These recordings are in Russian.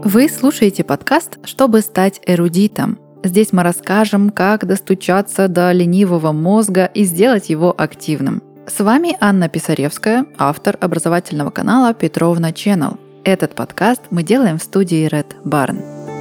Вы слушаете подкаст «Чтобы стать эрудитом». Здесь мы расскажем, как достучаться до ленивого мозга и сделать его активным. С вами Анна Писаревская, автор образовательного канала Петровна Channel. Этот подкаст мы делаем в студии Red Barn.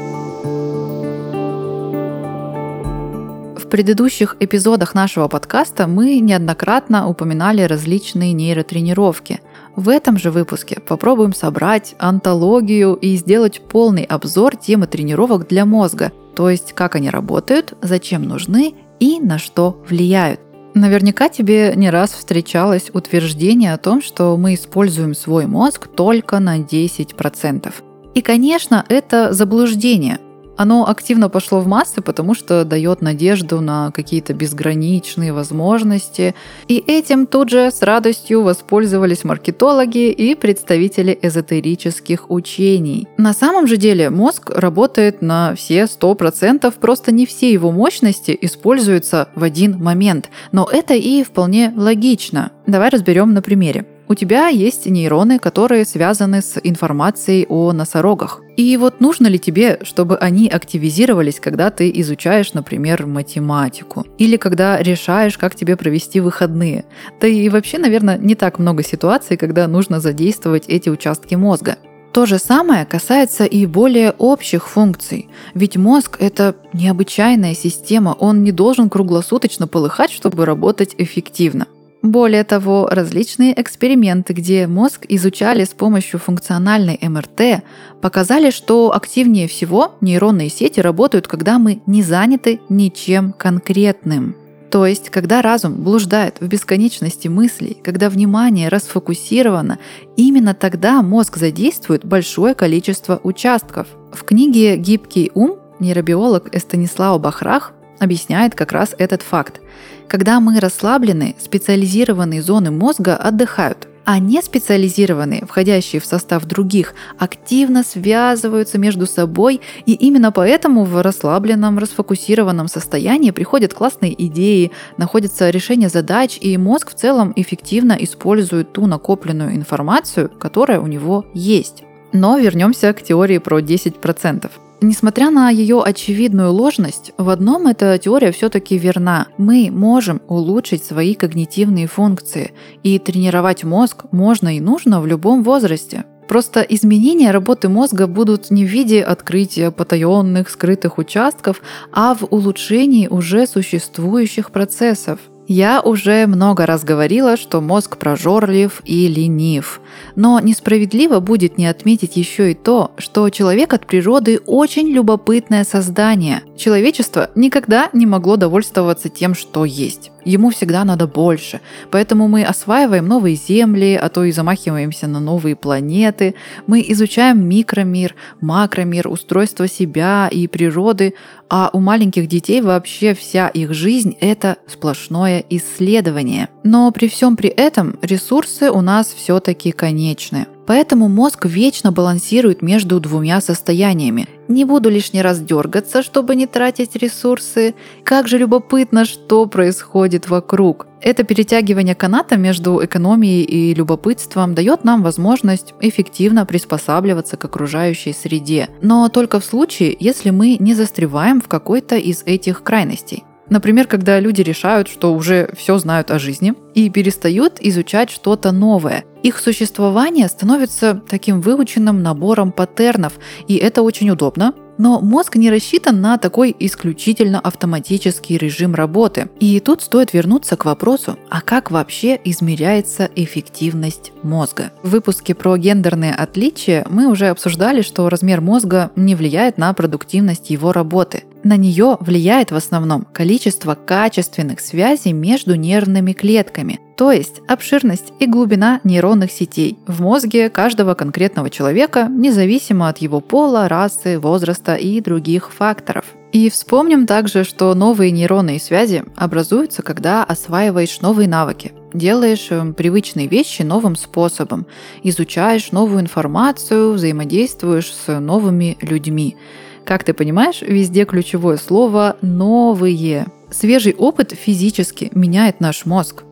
В предыдущих эпизодах нашего подкаста мы неоднократно упоминали различные нейротренировки. В этом же выпуске попробуем собрать антологию и сделать полный обзор темы тренировок для мозга, то есть как они работают, зачем нужны и на что влияют. Наверняка тебе не раз встречалось утверждение о том, что мы используем свой мозг только на 10%. И, конечно, это заблуждение. Оно активно пошло в массы, потому что дает надежду на какие-то безграничные возможности. И этим тут же с радостью воспользовались маркетологи и представители эзотерических учений. На самом же деле мозг работает на все 100%, просто не все его мощности используются в один момент. Но это и вполне логично. Давай разберем на примере. У тебя есть нейроны, которые связаны с информацией о носорогах. И вот нужно ли тебе, чтобы они активизировались, когда ты изучаешь, например, математику? Или когда решаешь, как тебе провести выходные? Да и вообще, наверное, не так много ситуаций, когда нужно задействовать эти участки мозга. То же самое касается и более общих функций. Ведь мозг – это необычайная система, он не должен круглосуточно полыхать, чтобы работать эффективно. Более того, различные эксперименты, где мозг изучали с помощью функциональной МРТ, показали, что активнее всего нейронные сети работают, когда мы не заняты ничем конкретным. То есть, когда разум блуждает в бесконечности мыслей, когда внимание расфокусировано, именно тогда мозг задействует большое количество участков. В книге «Гибкий ум» нейробиолог Станислав Бахрах объясняет как раз этот факт. Когда мы расслаблены, специализированные зоны мозга отдыхают, а неспециализированные, входящие в состав других, активно связываются между собой, и именно поэтому в расслабленном, расфокусированном состоянии приходят классные идеи, находятся решения задач, и мозг в целом эффективно использует ту накопленную информацию, которая у него есть. Но вернемся к теории про 10%. Несмотря на ее очевидную ложность, в одном эта теория все-таки верна. Мы можем улучшить свои когнитивные функции, и тренировать мозг можно и нужно в любом возрасте. Просто изменения работы мозга будут не в виде открытия потаенных, скрытых участков, а в улучшении уже существующих процессов. Я уже много раз говорила, что мозг прожорлив и ленив. Но несправедливо будет не отметить еще и то, что человек от природы очень любопытное создание. Человечество никогда не могло довольствоваться тем, что есть. Ему всегда надо больше. Поэтому мы осваиваем новые земли, а то и замахиваемся на новые планеты. Мы изучаем микромир, макромир, устройство себя и природы. А у маленьких детей вообще вся их жизнь – это сплошное исследование. Но при всем при этом ресурсы у нас все-таки конечны. Поэтому мозг вечно балансирует между двумя состояниями. Не буду лишний раз дергаться, чтобы не тратить ресурсы. Как же любопытно, что происходит вокруг. Это перетягивание каната между экономией и любопытством дает нам возможность эффективно приспосабливаться к окружающей среде. Но только в случае, если мы не застреваем в какой-то из этих крайностей. Например, когда люди решают, что уже все знают о жизни и перестают изучать что-то новое. Их существование становится таким выученным набором паттернов, и это очень удобно. Но мозг не рассчитан на такой исключительно автоматический режим работы. И тут стоит вернуться к вопросу, а как вообще измеряется эффективность мозга? В выпуске про гендерные отличия мы уже обсуждали, что размер мозга не влияет на продуктивность его работы. На нее влияет в основном количество качественных связей между нервными клетками, то есть обширность и глубина нейронных сетей в мозге каждого конкретного человека, независимо от его пола, расы, возраста и других факторов. И вспомним также, что новые нейронные связи образуются, когда осваиваешь новые навыки, делаешь привычные вещи новым способом, изучаешь новую информацию, взаимодействуешь с новыми людьми. Как ты понимаешь, везде ключевое слово «новые». Свежий опыт физически меняет наш мозг.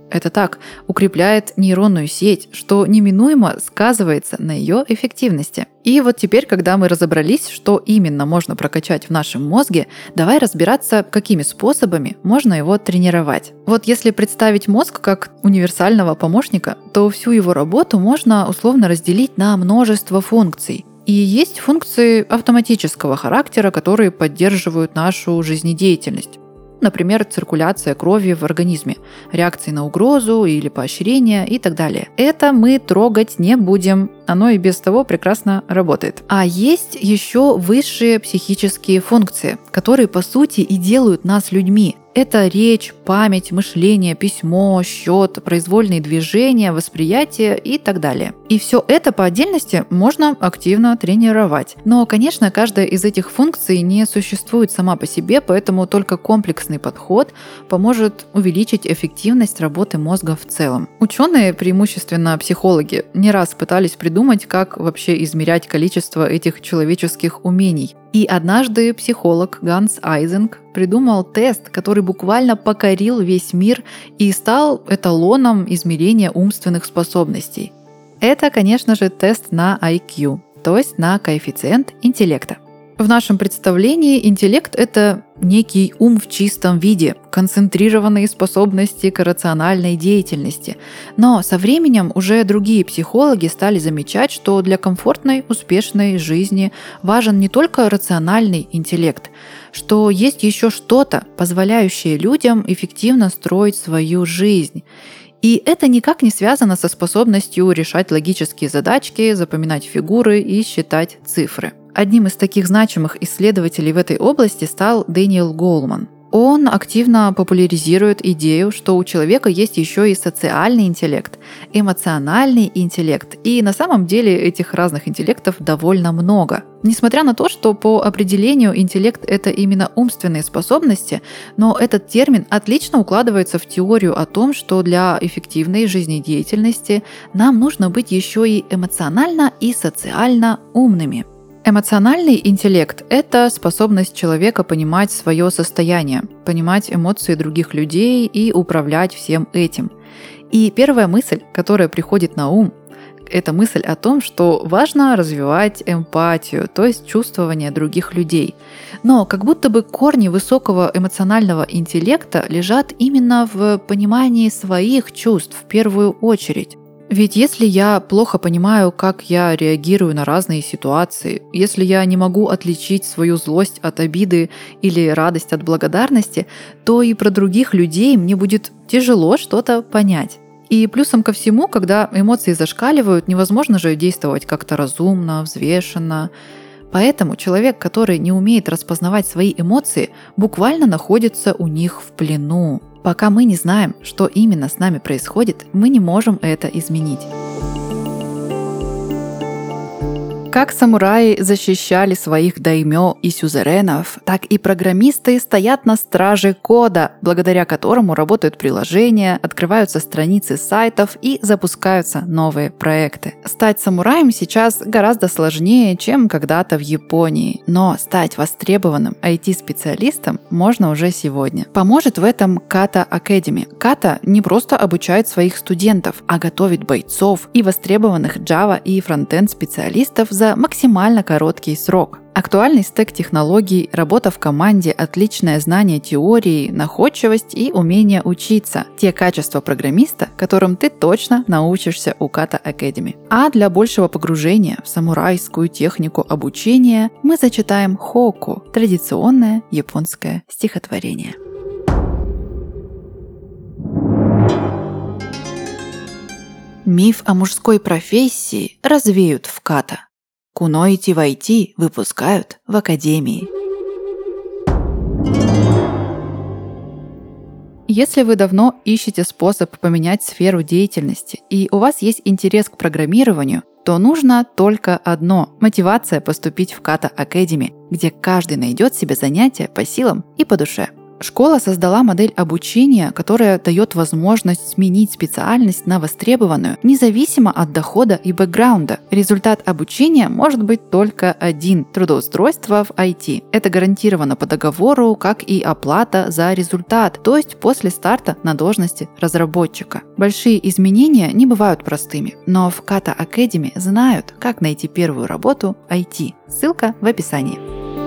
Это так, укрепляет нейронную сеть, что неминуемо сказывается на ее эффективности. И вот теперь, когда мы разобрались, что именно можно прокачать в нашем мозге, давай разбираться, какими способами можно его тренировать. Вот если представить мозг как универсального помощника, то всю его работу можно условно разделить на множество функций. И есть функции автоматического характера, которые поддерживают нашу жизнедеятельность. Например, циркуляция крови в организме, реакции на угрозу или поощрение и так далее. Это мы трогать не будем, оно и без того прекрасно работает. А есть еще высшие психические функции, которые по сути и делают нас людьми. Это речь, память, мышление, письмо, счет, произвольные движения, восприятие и так далее. И все это по отдельности можно активно тренировать. Но, конечно, каждая из этих функций не существует сама по себе, поэтому только комплексный подход поможет увеличить эффективность работы мозга в целом. Ученые, преимущественно психологи, не раз пытались придумать, как вообще измерять количество этих человеческих умений. И однажды психолог Ганс Айзинг придумал тест, который буквально покорил весь мир и стал эталоном измерения умственных способностей. Это, конечно же, тест на IQ, то есть на коэффициент интеллекта. В нашем представлении интеллект — это некий ум в чистом виде, концентрированные способности к рациональной деятельности. Но со временем уже другие психологи стали замечать, что для комфортной, успешной жизни важен не только рациональный интеллект, что есть еще что-то, позволяющее людям эффективно строить свою жизнь. И это никак не связано со способностью решать логические задачки, запоминать фигуры и считать цифры. Одним из таких значимых исследователей в этой области стал Дэниел Голман. Он активно популяризирует идею, что у человека есть еще и социальный интеллект, эмоциональный интеллект, и на самом деле этих разных интеллектов довольно много. Несмотря на то, что по определению интеллект — это именно умственные способности, но этот термин отлично укладывается в теорию о том, что для эффективной жизнедеятельности нам нужно быть еще и эмоционально и социально умными. Эмоциональный интеллект — это способность человека понимать свое состояние, понимать эмоции других людей и управлять всем этим. И первая мысль, которая приходит на ум, это мысль о том, что важно развивать эмпатию, то есть чувствование других людей. Но как будто бы корни высокого эмоционального интеллекта лежат именно в понимании своих чувств в первую очередь. Ведь если я плохо понимаю, как я реагирую на разные ситуации, если я не могу отличить свою злость от обиды или радость от благодарности, то и про других людей мне будет тяжело что-то понять. И плюсом ко всему, когда эмоции зашкаливают, невозможно же действовать как-то разумно, взвешенно. Поэтому человек, который не умеет распознавать свои эмоции, буквально находится у них в плену. Пока мы не знаем, что именно с нами происходит, мы не можем это изменить. Как самураи защищали своих даймё и сюзеренов, так и программисты стоят на страже кода, благодаря которому работают приложения, открываются страницы сайтов и запускаются новые проекты. Стать самураем сейчас гораздо сложнее, чем когда-то в Японии, но стать востребованным IT-специалистом можно уже сегодня. Поможет в этом Kata Academy. Kata не просто обучает своих студентов, а готовит бойцов и востребованных Java и фронтенд специалистов за максимально короткий срок. Актуальный стек технологий, работа в команде, отличное знание теории, находчивость и умение учиться – те качества программиста, которым ты точно научишься у Kata Academy. А для большего погружения в самурайскую технику обучения мы зачитаем Хоку – традиционное японское стихотворение. Миф о мужской профессии развеют в Kata. Куноити в IT выпускают в академии. Если вы давно ищете способ поменять сферу деятельности и у вас есть интерес к программированию, то нужно только одно – мотивация поступить в Kata Academy, где каждый найдет себе занятие по силам и по душе. Школа создала модель обучения, которая дает возможность сменить специальность на востребованную, независимо от дохода и бэкграунда. Результат обучения может быть только один – трудоустройство в IT. Это гарантировано по договору, как и оплата за результат, то есть после старта на должности разработчика. Большие изменения не бывают простыми, но в Kata Academy знают, как найти первую работу IT. Ссылка в описании.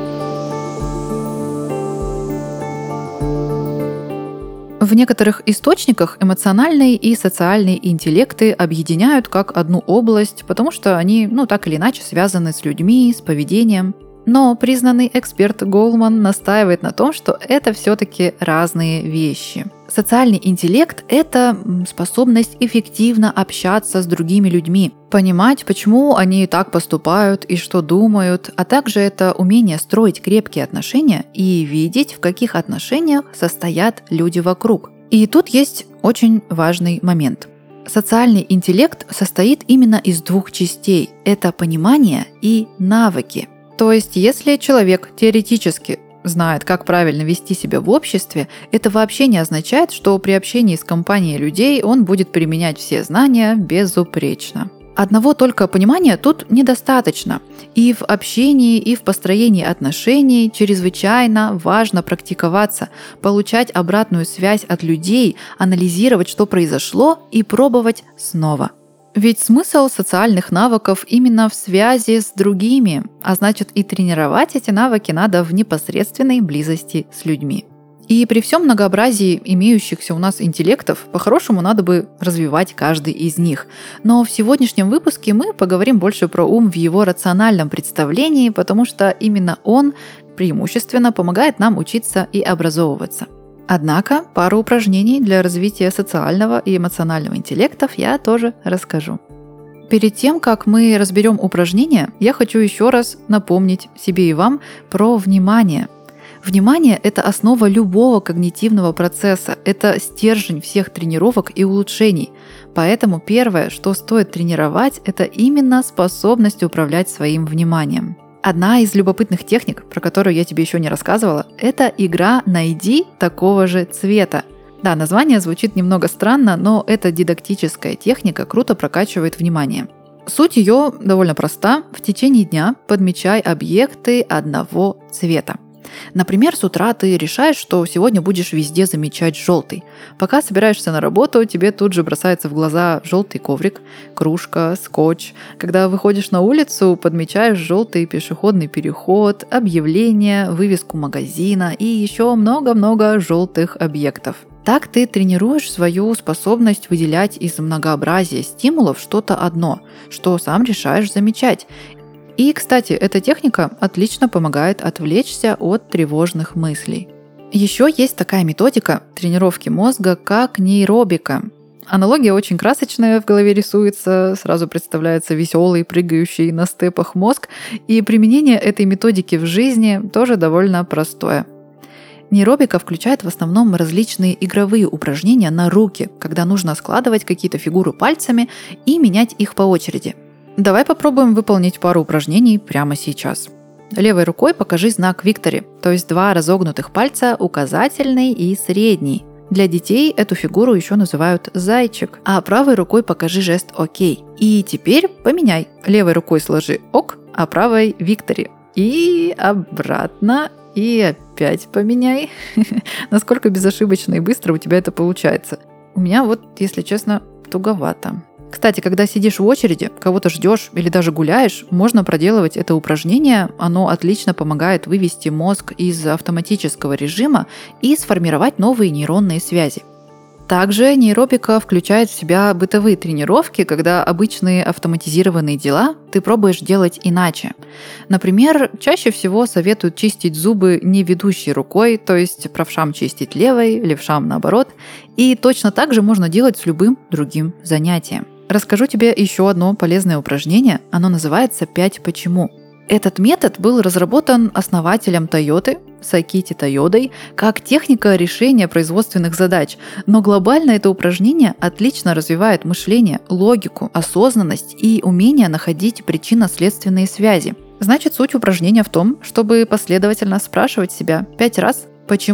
В некоторых источниках эмоциональные и социальные интеллекты объединяют как одну область, потому что они, так или иначе связаны с людьми, с поведением. Но признанный эксперт Голман настаивает на том, что это все-таки разные вещи. Социальный интеллект – это способность эффективно общаться с другими людьми, понимать, почему они так поступают и что думают, а также это умение строить крепкие отношения и видеть, в каких отношениях состоят люди вокруг. И тут есть очень важный момент. Социальный интеллект состоит именно из двух частей – это понимание и навыки. То есть, если человек теоретически знает, как правильно вести себя в обществе, это вообще не означает, что при общении с компанией людей он будет применять все знания безупречно. Одного только понимания тут недостаточно. И в общении, и в построении отношений чрезвычайно важно практиковаться, получать обратную связь от людей, анализировать, что произошло, и пробовать снова. Ведь смысл социальных навыков именно в связи с другими, а значит и тренировать эти навыки надо в непосредственной близости с людьми. И при всем многообразии имеющихся у нас интеллектов, по-хорошему надо бы развивать каждый из них. Но в сегодняшнем выпуске мы поговорим больше про ум в его рациональном представлении, потому что именно он преимущественно помогает нам учиться и образовываться. Однако пару упражнений для развития социального и эмоционального интеллектов я тоже расскажу. Перед тем, как мы разберем упражнения, я хочу еще раз напомнить себе и вам про внимание. Внимание – это основа любого когнитивного процесса, это стержень всех тренировок и улучшений. Поэтому первое, что стоит тренировать, это именно способность управлять своим вниманием. Одна из любопытных техник, про которую я тебе еще не рассказывала, это игра «Найди такого же цвета». Да, название звучит немного странно, но эта дидактическая техника круто прокачивает внимание. Суть ее довольно проста. В течение дня подмечай объекты одного цвета. Например, с утра ты решаешь, что сегодня будешь везде замечать желтый. Пока собираешься на работу, тебе тут же бросается в глаза желтый коврик, кружка, скотч. Когда выходишь на улицу, подмечаешь желтый пешеходный переход, объявление, вывеску магазина и еще много-много желтых объектов. Так ты тренируешь свою способность выделять из многообразия стимулов что-то одно, что сам решаешь замечать. И, кстати, эта техника отлично помогает отвлечься от тревожных мыслей. Еще есть такая методика тренировки мозга, как нейробика. Аналогия очень красочная в голове рисуется, сразу представляется веселый, прыгающий на степах мозг, и применение этой методики в жизни тоже довольно простое. Нейробика включает в основном различные игровые упражнения на руки, когда нужно складывать какие-то фигуры пальцами и менять их по очереди. Давай попробуем выполнить пару упражнений прямо сейчас. Левой рукой покажи знак Victory, то есть 2 разогнутых пальца, указательный и средний. Для детей эту фигуру еще называют зайчик, а правой рукой покажи жест ОК. И теперь поменяй. Левой рукой сложи ОК, а правой Victory. И обратно, и опять поменяй. Насколько безошибочно и быстро у тебя это получается. У меня если честно, туговато. Кстати, когда сидишь в очереди, кого-то ждешь или даже гуляешь, можно проделывать это упражнение. Оно отлично помогает вывести мозг из автоматического режима и сформировать новые нейронные связи. Также нейробика включает в себя бытовые тренировки, когда обычные автоматизированные дела ты пробуешь делать иначе. Например, чаще всего советуют чистить зубы не ведущей рукой, то есть правшам чистить левой, левшам наоборот. И точно так же можно делать с любым другим занятием. Расскажу тебе еще одно полезное упражнение. Оно называется «5 почему». Этот метод был разработан основателем Toyota Сакити Тойодой как техника решения производственных задач, но глобально это упражнение отлично развивает мышление, логику, осознанность и умение находить причинно-следственные связи. Значит, суть упражнения в том, чтобы последовательно спрашивать себя 5 раз «почему?»,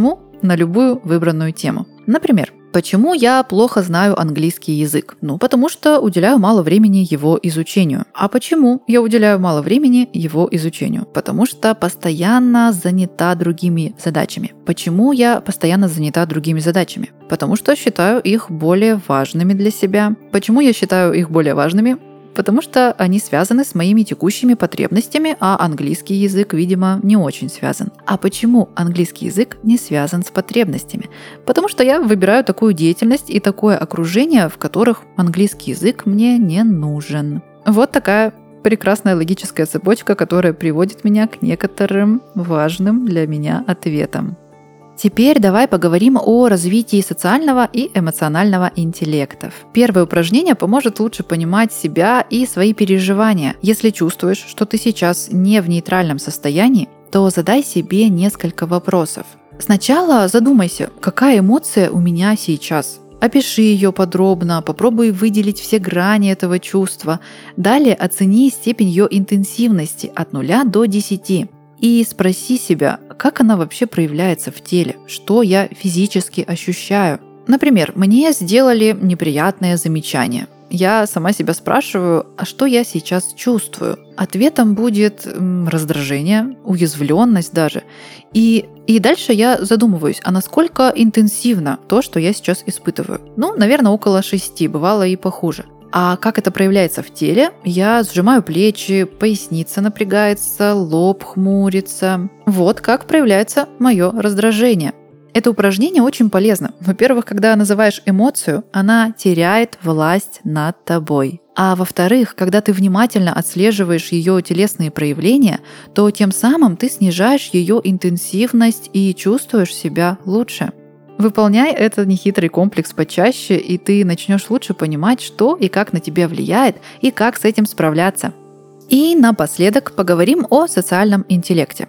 на любую выбранную тему. Например, почему я плохо знаю английский язык? Потому что уделяю мало времени его изучению. А почему я уделяю мало времени его изучению? Потому что постоянно занята другими задачами. Почему я постоянно занята другими задачами? Потому что считаю их более важными для себя. Почему я считаю их более важными? Потому что они связаны с моими текущими потребностями, а английский язык, видимо, не очень связан. А почему английский язык не связан с потребностями? Потому что я выбираю такую деятельность и такое окружение, в которых английский язык мне не нужен. Вот такая прекрасная логическая цепочка, которая приводит меня к некоторым важным для меня ответам. Теперь давай поговорим о развитии социального и эмоционального интеллектов. Первое упражнение поможет лучше понимать себя и свои переживания. Если чувствуешь, что ты сейчас не в нейтральном состоянии, то задай себе несколько вопросов. Сначала задумайся, какая эмоция у меня сейчас. Опиши ее подробно, попробуй выделить все грани этого чувства. Далее оцени степень ее интенсивности от 0 до 10. И спроси себя, как она вообще проявляется в теле, что я физически ощущаю. Например, мне сделали неприятное замечание. Я сама себя спрашиваю, а что я сейчас чувствую? Ответом будет раздражение, уязвленность даже. И дальше я задумываюсь, а насколько интенсивно то, что я сейчас испытываю? Наверное, около 6, бывало и похуже. А как это проявляется в теле? Я сжимаю плечи, поясница напрягается, лоб хмурится. Вот как проявляется мое раздражение. Это упражнение очень полезно. Во-первых, когда называешь эмоцию, она теряет власть над тобой. А во-вторых, когда ты внимательно отслеживаешь ее телесные проявления, то тем самым ты снижаешь ее интенсивность и чувствуешь себя лучше. Выполняй этот нехитрый комплекс почаще, и ты начнешь лучше понимать, что и как на тебя влияет, и как с этим справляться. И напоследок поговорим о социальном интеллекте.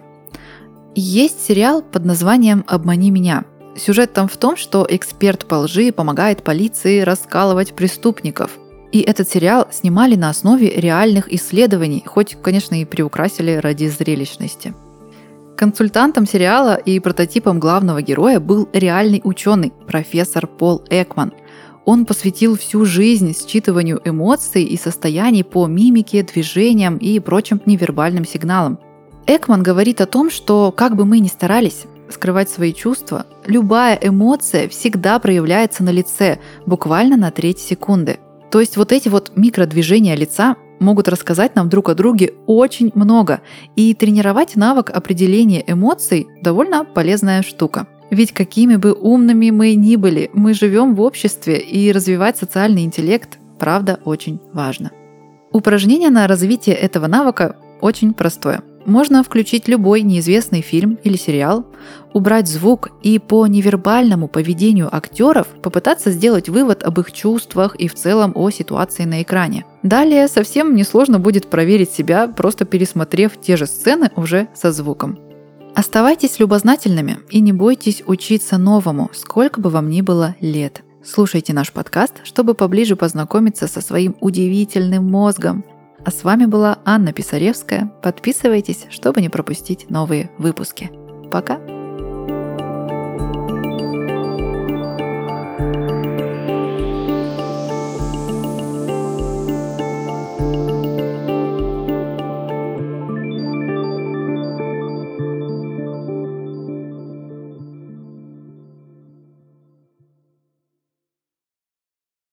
Есть сериал под названием «Обмани меня». Сюжет там в том, что эксперт по лжи помогает полиции раскалывать преступников. И этот сериал снимали на основе реальных исследований, хоть, конечно, и приукрасили ради зрелищности. Консультантом сериала и прототипом главного героя был реальный ученый, профессор Пол Экман. Он посвятил всю жизнь считыванию эмоций и состояний по мимике, движениям и прочим невербальным сигналам. Экман говорит о том, что как бы мы ни старались скрывать свои чувства, любая эмоция всегда проявляется на лице, буквально на треть секунды. То есть вот эти микродвижения лица могут рассказать нам друг о друге очень много, и тренировать навык определения эмоций – довольно полезная штука. Ведь какими бы умными мы ни были, мы живем в обществе, и развивать социальный интеллект, правда, очень важно. Упражнение на развитие этого навыка очень простое. Можно включить любой неизвестный фильм или сериал, убрать звук и по невербальному поведению актеров попытаться сделать вывод об их чувствах и в целом о ситуации на экране. Далее совсем несложно будет проверить себя, просто пересмотрев те же сцены уже со звуком. Оставайтесь любознательными и не бойтесь учиться новому, сколько бы вам ни было лет. Слушайте наш подкаст, чтобы поближе познакомиться со своим удивительным мозгом. А с вами была Анна Писаревская. Подписывайтесь, чтобы не пропустить новые выпуски. Пока!